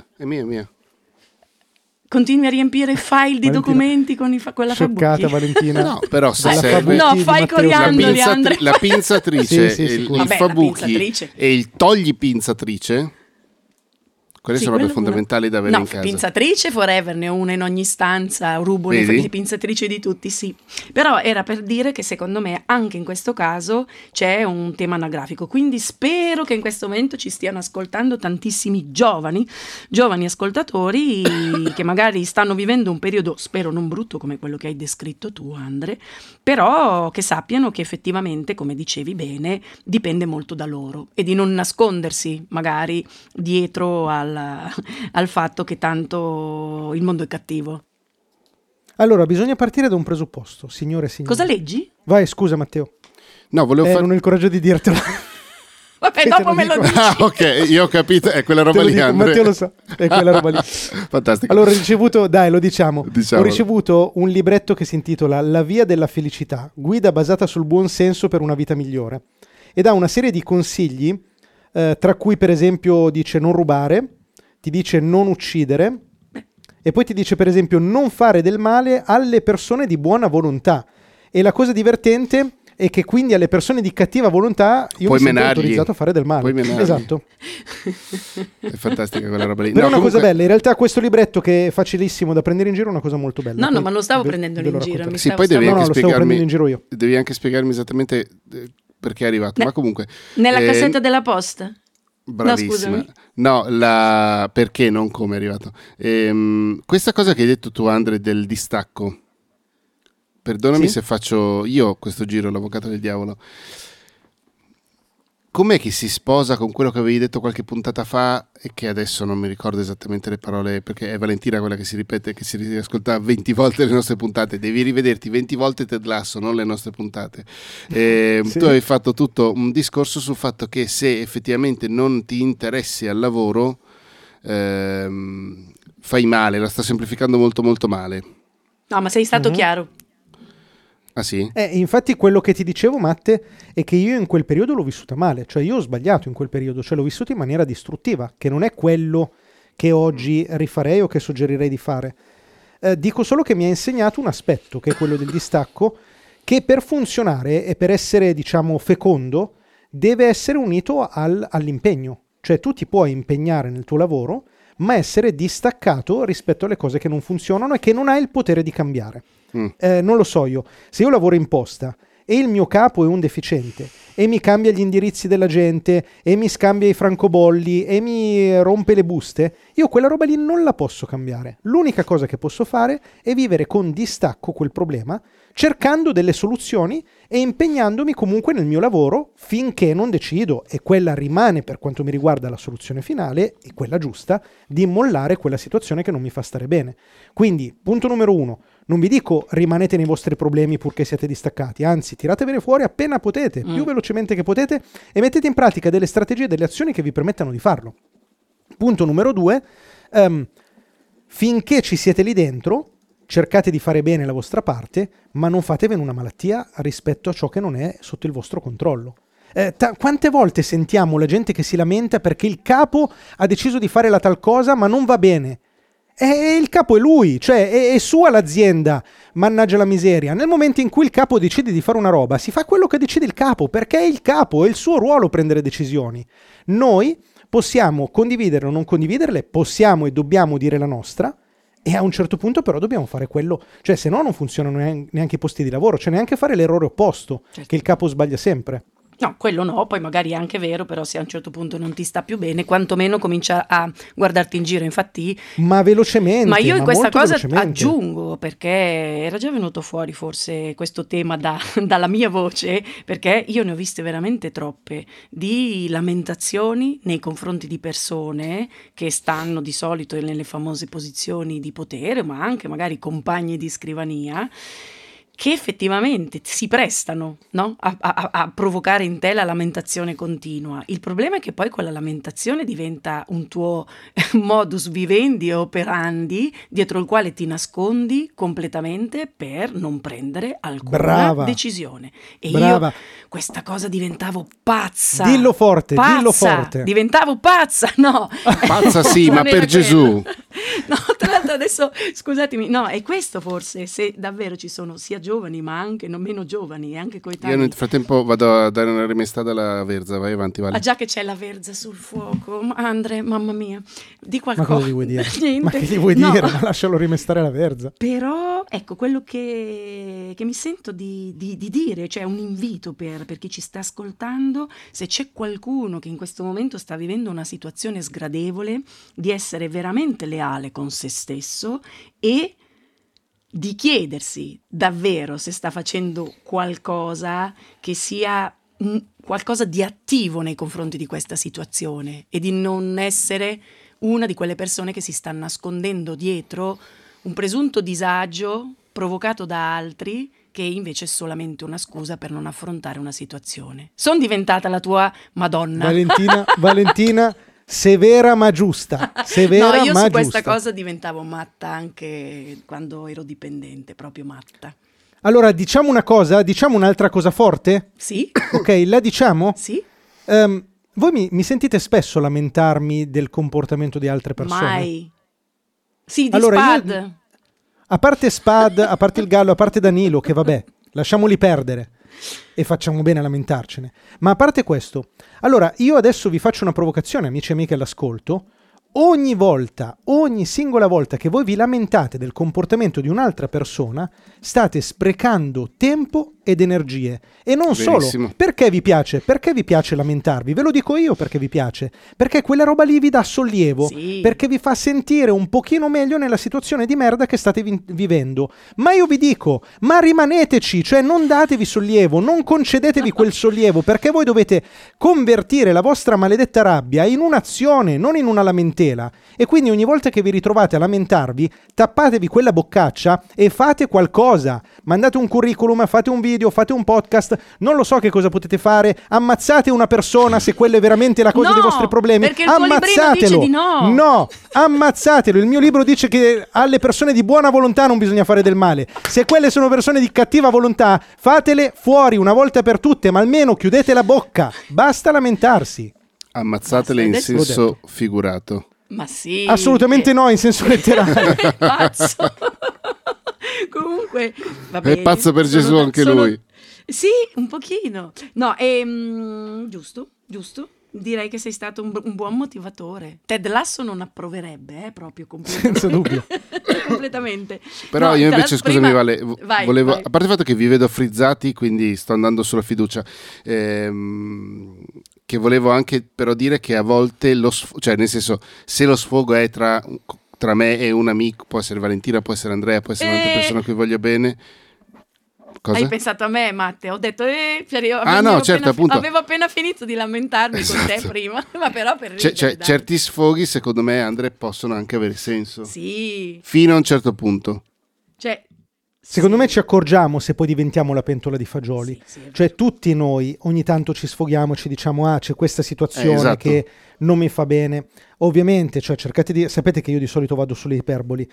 Continui a riempire file di documenti con quella Scioccata Fabuki. Valentina. No, però se serve... No, fai i coriandoli, Andre. La pinzatrice, sì, il Fabuki e il togli pinzatrice. Quelle sono robe fondamentali da avere in casa. Pinzatrice forever, ne ho una in ogni stanza, rubo le pinzatrici di tutti, sì. Però era per dire che secondo me anche in questo caso c'è un tema anagrafico, quindi spero che in questo momento ci stiano ascoltando tantissimi giovani ascoltatori che magari stanno vivendo un periodo, spero non brutto come quello che hai descritto tu, Andre, però che sappiano che effettivamente, come dicevi bene, dipende molto da loro e di non nascondersi magari dietro al fatto che tanto il mondo è cattivo. Allora, bisogna partire da un presupposto, signore e signori. Cosa leggi? Vai, scusa Matteo. No, volevo fare... Non ho il coraggio di dirtelo. Vabbè, dopo me lo dici. Ah, ok, io ho capito, è quella roba lì, Andre. Matteo lo sa, è quella roba lì. Fantastico. Allora, ho ricevuto, dai, lo diciamo. Ho ricevuto un libretto che si intitola La via della felicità, guida basata sul buon senso per una vita migliore. Ed ha una serie di consigli, tra cui per esempio dice non rubare, ti dice non uccidere e poi ti dice per esempio non fare del male alle persone di buona volontà. E la cosa divertente è che quindi alle persone di cattiva volontà io mi sono autorizzato a fare del male. Esatto. È fantastica quella roba lì. Però una cosa bella, in realtà questo libretto che è facilissimo da prendere in giro è una cosa molto bella. No, ma lo stavo prendendo in giro. Lo stavo prendendo in giro io. Devi anche spiegarmi esattamente perché è arrivato, ma comunque... Nella cassetta della posta? Bravissima. No, perché, non come è arrivato. Questa cosa che hai detto tu, Andre, del distacco, perdonami se faccio io questo giro, l'avvocato del diavolo. Com'è che si sposa con quello che avevi detto qualche puntata fa e che adesso non mi ricordo esattamente le parole, perché è Valentina quella che si ripete, che si riascolta 20 volte le nostre puntate. Devi rivederti 20 volte Ted Lasso, non le nostre puntate. Tu hai fatto tutto un discorso sul fatto che se effettivamente non ti interessi al lavoro fai male, la sto semplificando molto molto male. No, ma sei stato chiaro. Ah sì? Infatti quello che ti dicevo, Matte, è che io in quel periodo l'ho vissuta male, cioè io ho sbagliato in quel periodo, cioè l'ho vissuto in maniera distruttiva, che non è quello che oggi rifarei o che suggerirei di fare. Dico solo che mi ha insegnato un aspetto, che è quello del distacco, che per funzionare e per essere, diciamo, fecondo, deve essere unito all'impegno. Cioè tu ti puoi impegnare nel tuo lavoro, ma essere distaccato rispetto alle cose che non funzionano e che non hai il potere di cambiare. Non lo so io. Se io lavoro in posta e il mio capo è un deficiente e mi cambia gli indirizzi della gente e mi scambia i francobolli e mi rompe le buste, io quella roba lì non la posso cambiare. L'unica cosa che posso fare è vivere con distacco quel problema, cercando delle soluzioni e impegnandomi comunque nel mio lavoro finché non decido, e quella rimane per quanto mi riguarda la soluzione finale, e quella giusta, di mollare quella situazione che non mi fa stare bene. Quindi, punto numero 1, non vi dico rimanete nei vostri problemi purché siete distaccati, anzi tiratevene fuori appena potete, più velocemente che potete, e mettete in pratica delle strategie e delle azioni che vi permettano di farlo. Punto numero 2, finché ci siete lì dentro, cercate di fare bene la vostra parte, ma non fatevene una malattia rispetto a ciò che non è sotto il vostro controllo. Quante volte sentiamo la gente che si lamenta perché il capo ha deciso di fare la tal cosa ma non va bene? E il capo è lui, cioè è sua l'azienda, mannaggia la miseria. Nel momento in cui il capo decide di fare una roba, si fa quello che decide il capo, perché è il capo, è il suo ruolo prendere decisioni. Noi possiamo condividere o non condividerle, possiamo e dobbiamo dire la nostra, e a un certo punto però dobbiamo fare quello, cioè se no non funzionano neanche i posti di lavoro, cioè neanche fare l'errore opposto, certo, che il capo sbaglia sempre. No, quello no, poi magari è anche vero, però se a un certo punto non ti sta più bene, quantomeno comincia a guardarti in giro, infatti. Ma velocemente. Ma io in questa cosa aggiungo, perché era già venuto fuori forse questo tema dalla mia voce, perché io ne ho viste veramente troppe, di lamentazioni nei confronti di persone che stanno di solito nelle famose posizioni di potere, ma anche magari compagni di scrivania, che effettivamente si prestano, no? a provocare in te la lamentazione continua. Il problema è che poi quella lamentazione diventa un tuo modus vivendi o operandi dietro il quale ti nascondi completamente per non prendere alcuna decisione. E io questa cosa diventavo pazza. Dillo forte, dillo forte. Diventavo pazza, no. Pazza sì, ma per Gesù. No, tra l'altro adesso, scusatemi, no, è questo forse, se davvero ci sono sia giovani ma anche non meno giovani e anche coetanei. Io nel frattempo vado a dare una rimestata alla verza, vai avanti, Vale. Ah, già che c'è la verza sul fuoco, Andre, mamma mia, di qualcosa. Ma cosa gli vuoi dire? Niente. Ma che gli vuoi dire? Ma lascialo rimestare la verza. Però, ecco, quello che mi sento di dire, cioè un invito per chi ci sta ascoltando, se c'è qualcuno che in questo momento sta vivendo una situazione sgradevole, di essere veramente leale con se stesso e di chiedersi davvero se sta facendo qualcosa che sia qualcosa di attivo nei confronti di questa situazione e di non essere una di quelle persone che si sta nascondendo dietro un presunto disagio provocato da altri che invece è solamente una scusa per non affrontare una situazione. Sono diventata la tua Madonna. Valentina, severa ma giusta. Severa, no, io ma su questa giusta. cosa diventavo matta anche quando ero dipendente, proprio matta. Allora, diciamo una cosa, diciamo un'altra cosa forte? Sì. Ok, la diciamo? Sì. Voi mi sentite spesso lamentarmi del comportamento di altre persone? Mai. Sì, di allora, Spad. A parte Spad, a parte il Gallo, a parte Danilo, che vabbè, lasciamoli perdere e facciamo bene a lamentarcene. Ma a parte questo, allora io adesso vi faccio una provocazione, amici e amiche all'ascolto. Ogni volta, ogni singola volta che voi vi lamentate del comportamento di un'altra persona, state sprecando tempo ed energie. E non Verissimo. solo. Perché vi piace? Perché vi piace lamentarvi? Ve lo dico io perché vi piace. Perché quella roba lì vi dà sollievo. Sì. Perché vi fa sentire un pochino meglio nella situazione di merda che state vivendo. Ma io vi dico, ma rimaneteci, cioè non datevi sollievo, non concedetevi quel sollievo, perché voi dovete convertire la vostra maledetta rabbia in un'azione, non in una lamentela. E quindi ogni volta che vi ritrovate a lamentarvi, tappatevi quella boccaccia e fate qualcosa. Mandate un curriculum, fate un video, fate un podcast, non lo so che cosa potete fare. Ammazzate una persona se quella è veramente la cosa dei vostri problemi. Perché il tuo librino dice di no. No, ammazzatelo. Il mio libro dice che alle persone di buona volontà non bisogna fare del male. Se quelle sono persone di cattiva volontà, fatele fuori una volta per tutte, ma almeno chiudete la bocca. Basta lamentarsi. Ammazzatele in senso figurato. Ma sì. Assolutamente no, in senso letterale. È pazzo. Comunque, va bene. È pazzo per Gesù anche lui. Sì, un pochino. No, giusto. Direi che sei stato un buon motivatore. Ted Lasso non approverebbe, proprio completamente. Senza dubbio. Completamente. Però No, io tra invece, l'altro scusami, prima- Vale, Vai, volevo, vai. a parte il fatto che vi vedo frizzati, quindi sto andando sulla fiducia, che volevo anche però dire che a volte cioè nel senso, se lo sfogo è tra me e un amico, può essere Valentina, può essere Andrea, può essere un'altra persona a cui voglio bene. Cosa? Hai pensato a me, Matte? Ho detto, no, certo, appunto. avevo appena finito di lamentarmi con te Esatto. prima, ma però per ridere, dai. Certi sfoghi, secondo me, Andrea, possono anche avere senso. Sì, Fino a un certo punto. cioè... Secondo sì. me ci accorgiamo se poi diventiamo la pentola di fagioli. Sì, è vero. Cioè tutti noi ogni tanto ci sfoghiamo, ci diciamo c'è questa situazione Esatto. che non mi fa bene. Ovviamente, cioè, sapete che io di solito vado sulle iperboli.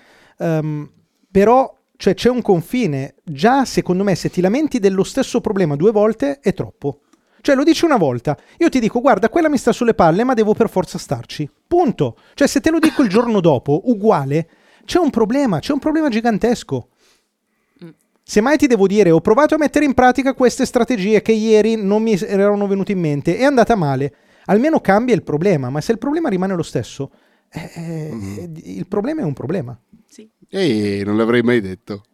Però cioè, c'è un confine. Già secondo me se ti lamenti dello stesso problema 2 volte è troppo. Cioè lo dici una volta, io ti dico guarda quella mi sta sulle palle ma devo per forza starci. Punto. Cioè se te lo dico il giorno dopo, uguale, c'è un problema gigantesco. Semmai ti devo dire, ho provato a mettere in pratica queste strategie che ieri non mi erano venute in mente, è andata male. Almeno cambia il problema, ma se il problema rimane lo stesso, il problema è un problema. Sì. Non l'avrei mai detto.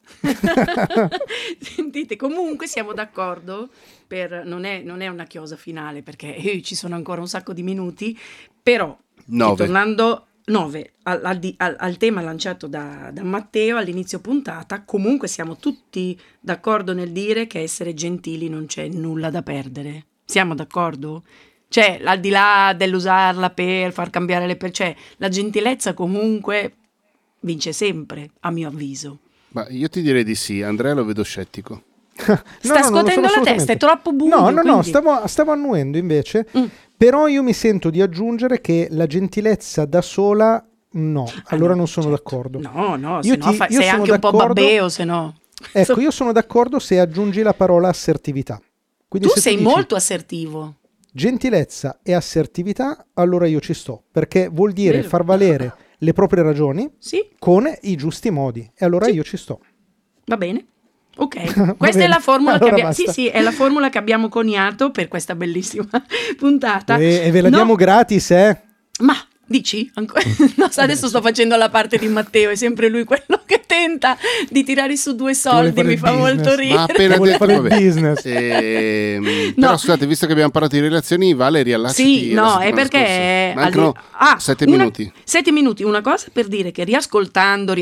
Sentite, comunque siamo d'accordo, non è una chiosa finale perché ci sono ancora un sacco di minuti, però 9. tornando 9 al tema lanciato da Matteo all'inizio puntata, comunque siamo tutti d'accordo nel dire che essere gentili non c'è nulla da perdere. Siamo d'accordo? Cioè, al di là dell'usarla per far cambiare cioè, la gentilezza comunque vince sempre, a mio avviso. Ma io ti direi di sì, Andrea lo vedo scettico. Sta scuotendo la testa, è troppo buio. No, quindi... stavo annuendo invece. Però io mi sento di aggiungere che la gentilezza da sola, no, allora non sono d'accordo. No, Io se no sei sono anche un po' d'accordo- babbeo, se no. Ecco, io sono d'accordo se aggiungi la parola assertività. Quindi Tu se sei dici molto assertivo. gentilezza e assertività, allora io ci sto, perché vuol dire Vero. far valere le proprie ragioni Sì, con i giusti modi, e allora Sì. io ci sto. va bene. Ok, Va questa bene. è la formula Allora che abbiamo. basta. Sì, è la formula che abbiamo coniato per questa bellissima puntata. E ve la No, diamo gratis, eh? Ma dici? No, adesso sto facendo la parte di Matteo, è sempre lui quello che tenta di tirare su 2 soldi, fare mi il fa molto business. ridere. Ma appena Vuole detto, fare il vabbè. business. Però No. scusate, visto che abbiamo parlato di relazioni, Vale, riallacciati Sì, alla no, è settimana perché scorsa. Mancano 7 minuti. 7 minuti, una cosa per dire che riascoltando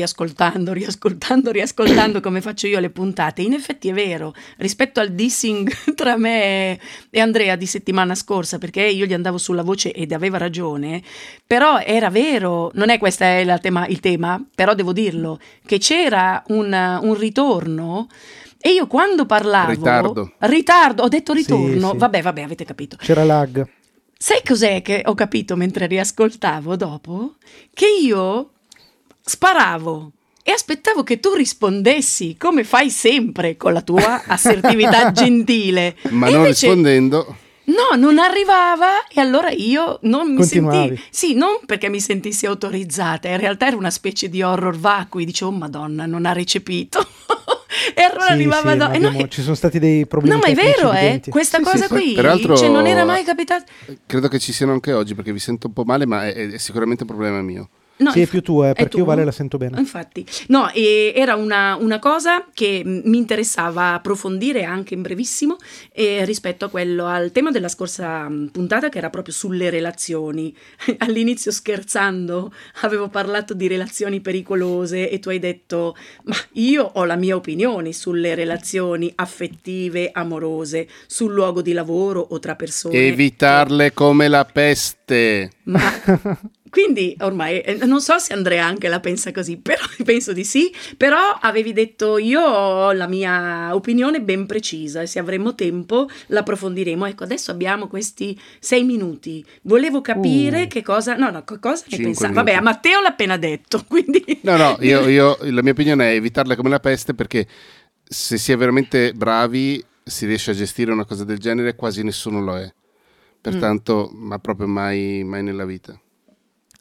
come faccio io le puntate, in effetti è vero, rispetto al dissing tra me e Andrea di settimana scorsa, perché io gli andavo sulla voce ed aveva ragione, però era vero, non è questo è il tema, però devo dirlo, che c'era un ritorno. E io quando parlavo... Ritardo, ho detto ritorno. Sì. Vabbè, avete capito. C'era lag. Sai cos'è che ho capito mentre riascoltavo dopo? Che io sparavo e aspettavo che tu rispondessi, come fai sempre con la tua assertività gentile. Ma E non invece, rispondendo, no, non arrivava e allora io non mi Continuavi. sentivo. Sì, non perché mi sentissi autorizzata, in realtà era una specie di horror vacui, dicevo, oh Madonna, non ha recepito. E allora Sì, arrivava sì, da... ma e noi- ci sono stati dei problemi No, ma è tecnici vero, evidenti. questa Sì, cosa sì, qui, peraltro, cioè non era mai capitato. credo che ci siano anche oggi, perché vi sento un po' male, ma è sicuramente un problema mio. No, Sì, è più tua, è perché io tuo? Vale la sento bene. Infatti, no, era una cosa che mi interessava approfondire anche in brevissimo rispetto al tema della scorsa puntata, che era proprio sulle relazioni. All'inizio, scherzando, avevo parlato di relazioni pericolose e tu hai detto, ma io ho la mia opinione sulle relazioni affettive, amorose, sul luogo di lavoro o tra persone. Evitarle come la peste. Ma quindi ormai non so se Andrea anche la pensa così, però penso di sì, però avevi detto io ho la mia opinione ben precisa e se avremo tempo l'approfondiremo. Ecco, adesso abbiamo questi 6 minuti. Volevo capire che cosa cosa ne 5 pensava. minuti. Vabbè, a Matteo l'ha appena detto, quindi No, io la mia opinione è evitarle come la peste, perché se si è veramente bravi si riesce a gestire una cosa del genere, quasi nessuno lo è. Pertanto, ma proprio mai nella vita.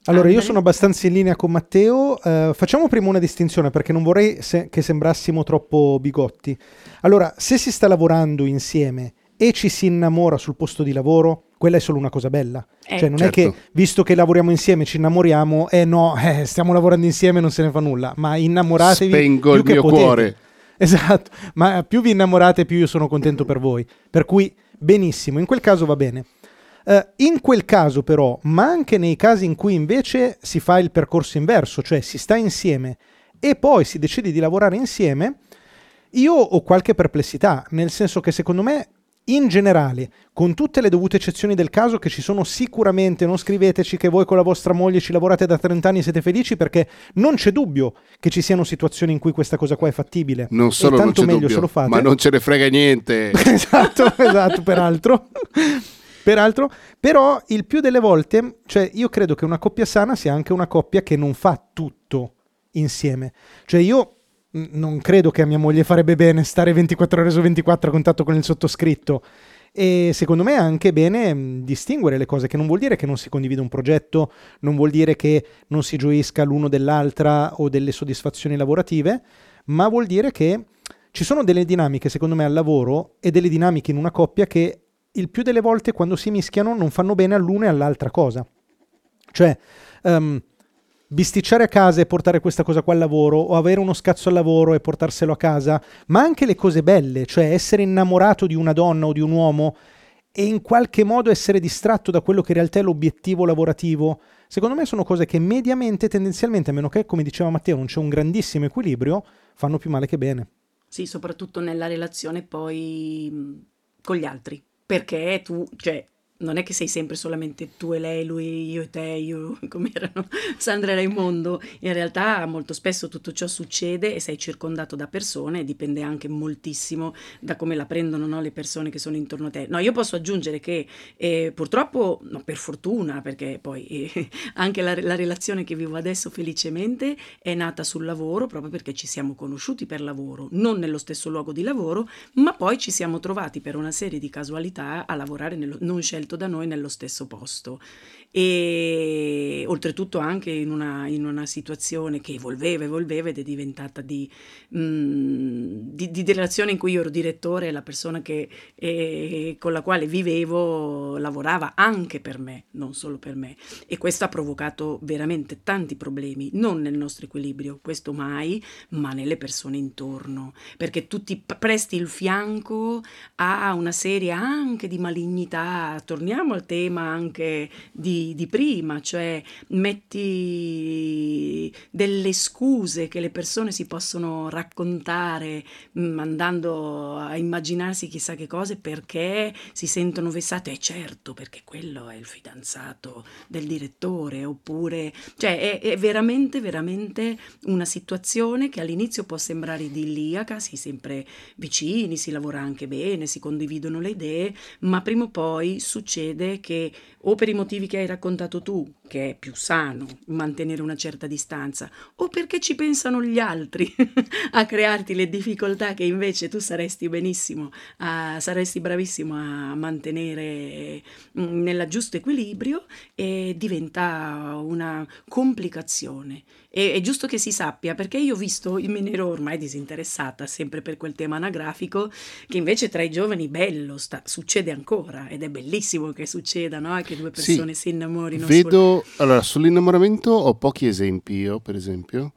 Allora, io Andre? sono abbastanza in linea con Matteo. Facciamo prima una distinzione perché non vorrei che sembrassimo troppo bigotti. Allora, se si sta lavorando insieme e ci si innamora sul posto di lavoro, quella è solo una cosa bella. Cioè, non è che Certo. visto che lavoriamo insieme ci innamoriamo, no, stiamo lavorando insieme e non se ne fa nulla. Ma innamoratevi Spengo più il che mio potete. cuore. Esatto, ma più vi innamorate, più io sono contento per voi. Per cui, benissimo, in quel caso va bene. In quel caso però, ma anche nei casi in cui invece si fa il percorso inverso, cioè si sta insieme e poi si decide di lavorare insieme, io ho qualche perplessità, nel senso che secondo me, in generale, con tutte le dovute eccezioni del caso che ci sono sicuramente, non scriveteci che voi con la vostra moglie ci lavorate da 30 anni e siete felici, perché non c'è dubbio che ci siano situazioni in cui questa cosa qua è fattibile. Non solo e non tanto c'è meglio dubbio, se lo fate. ma non ce ne frega niente. Esatto, peraltro. Peraltro, però il più delle volte, cioè io credo che una coppia sana sia anche una coppia che non fa tutto insieme. Cioè io non credo che a mia moglie farebbe bene stare 24 ore su 24 a contatto con il sottoscritto. E secondo me è anche bene distinguere le cose, che non vuol dire che non si condivide un progetto, non vuol dire che non si gioisca l'uno dell'altra o delle soddisfazioni lavorative, ma vuol dire che ci sono delle dinamiche, secondo me, al lavoro e delle dinamiche in una coppia che il più delle volte quando si mischiano non fanno bene all'una e all'altra cosa. Cioè, bisticciare a casa e portare questa cosa qua al lavoro, o avere uno scazzo al lavoro e portarselo a casa, ma anche le cose belle, cioè essere innamorato di una donna o di un uomo e in qualche modo essere distratto da quello che in realtà è l'obiettivo lavorativo, secondo me sono cose che mediamente, tendenzialmente, a meno che, come diceva Matteo, non c'è un grandissimo equilibrio, fanno più male che bene. Sì, soprattutto nella relazione poi con gli altri, perché tu, cioè, non è che sei sempre solamente tu e lei, lui, io e te, io, come erano Sandra e Raimondo. In realtà molto spesso tutto ciò succede e sei circondato da persone e dipende anche moltissimo da come la prendono, no, le persone che sono intorno a te. No, io posso aggiungere che purtroppo, no, per fortuna, perché poi anche la relazione che vivo adesso felicemente è nata sul lavoro, proprio perché ci siamo conosciuti per lavoro, non nello stesso luogo di lavoro, ma poi ci siamo trovati per una serie di casualità a lavorare non scelto da noi nello stesso posto. E oltretutto anche in una situazione che evolveva ed è diventata di relazione in cui io ero direttore e la persona con la quale vivevo lavorava anche per me, non solo per me, e questo ha provocato veramente tanti problemi, non nel nostro equilibrio, questo mai, ma nelle persone intorno, perché tu ti presti il fianco a una serie anche di malignità. Torniamo al tema anche di prima, cioè metti delle scuse che le persone si possono raccontare andando a immaginarsi chissà che cose perché si sentono vessate, e certo perché quello è il fidanzato del direttore, oppure cioè è veramente veramente una situazione che all'inizio può sembrare idilliaca, si è sempre vicini, si lavora anche bene, si condividono le idee, ma prima o poi succede che o per i motivi che hai raccontato tu, che è più sano mantenere una certa distanza, o perché ci pensano gli altri a crearti le difficoltà che invece tu saresti bravissimo a mantenere nel giusto equilibrio, e diventa una complicazione. È giusto che si sappia, perché io ho visto, me ne ero ormai disinteressata sempre per quel tema anagrafico, che invece tra i giovani bello succede ancora, ed è bellissimo che succeda, no? Che due persone si innamorino. Vedo, allora, sull'innamoramento ho pochi esempi io, per esempio.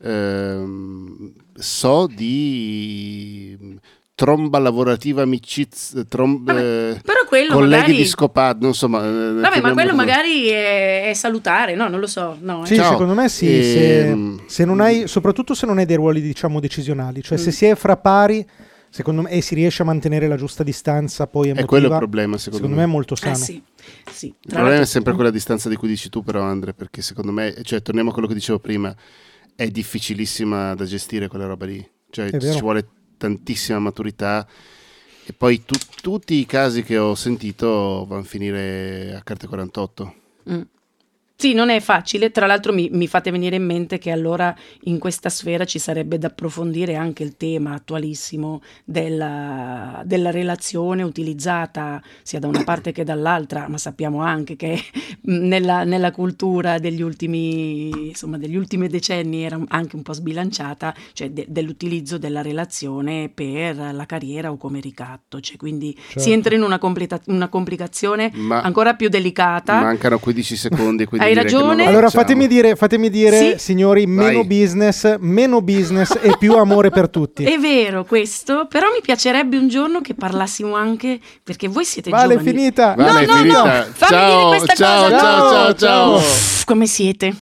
So di tromba lavorativa, amicizia, però quello colleghi magari di scopato, insomma. vabbè, ma quello magari è salutare, no? Non lo so, no? Sì, Ciao. secondo me sì, se non hai, soprattutto se non hai dei ruoli, diciamo, decisionali, cioè se si è fra pari, secondo me, e si riesce a mantenere la giusta distanza poi emotiva, è quello il problema, secondo me è molto sano. Sì. Il problema è sempre quella distanza di cui dici tu, però, Andre, perché secondo me, cioè, torniamo a quello che dicevo prima, è difficilissima da gestire quella roba lì, cioè ci vuole tantissima maturità, e poi tutti i casi che ho sentito vanno a finire a carte 48. Sì, non è facile, tra l'altro mi fate venire in mente che allora in questa sfera ci sarebbe da approfondire anche il tema attualissimo della relazione utilizzata sia da una parte che dall'altra, ma sappiamo anche che nella cultura degli ultimi decenni era anche un po' sbilanciata, cioè dell'utilizzo della relazione per la carriera o come ricatto, cioè quindi si entra in una complicazione ancora più delicata. Mancano 15 secondi, quindi hai ragione. Allora fatemi dire sì? Signori, meno business e più amore per tutti. È vero questo, però mi piacerebbe un giorno che parlassimo anche, perché voi siete giovani. Vale, finita. Vale, no, finita. fammi dire questa cosa. Ciao. Come siete?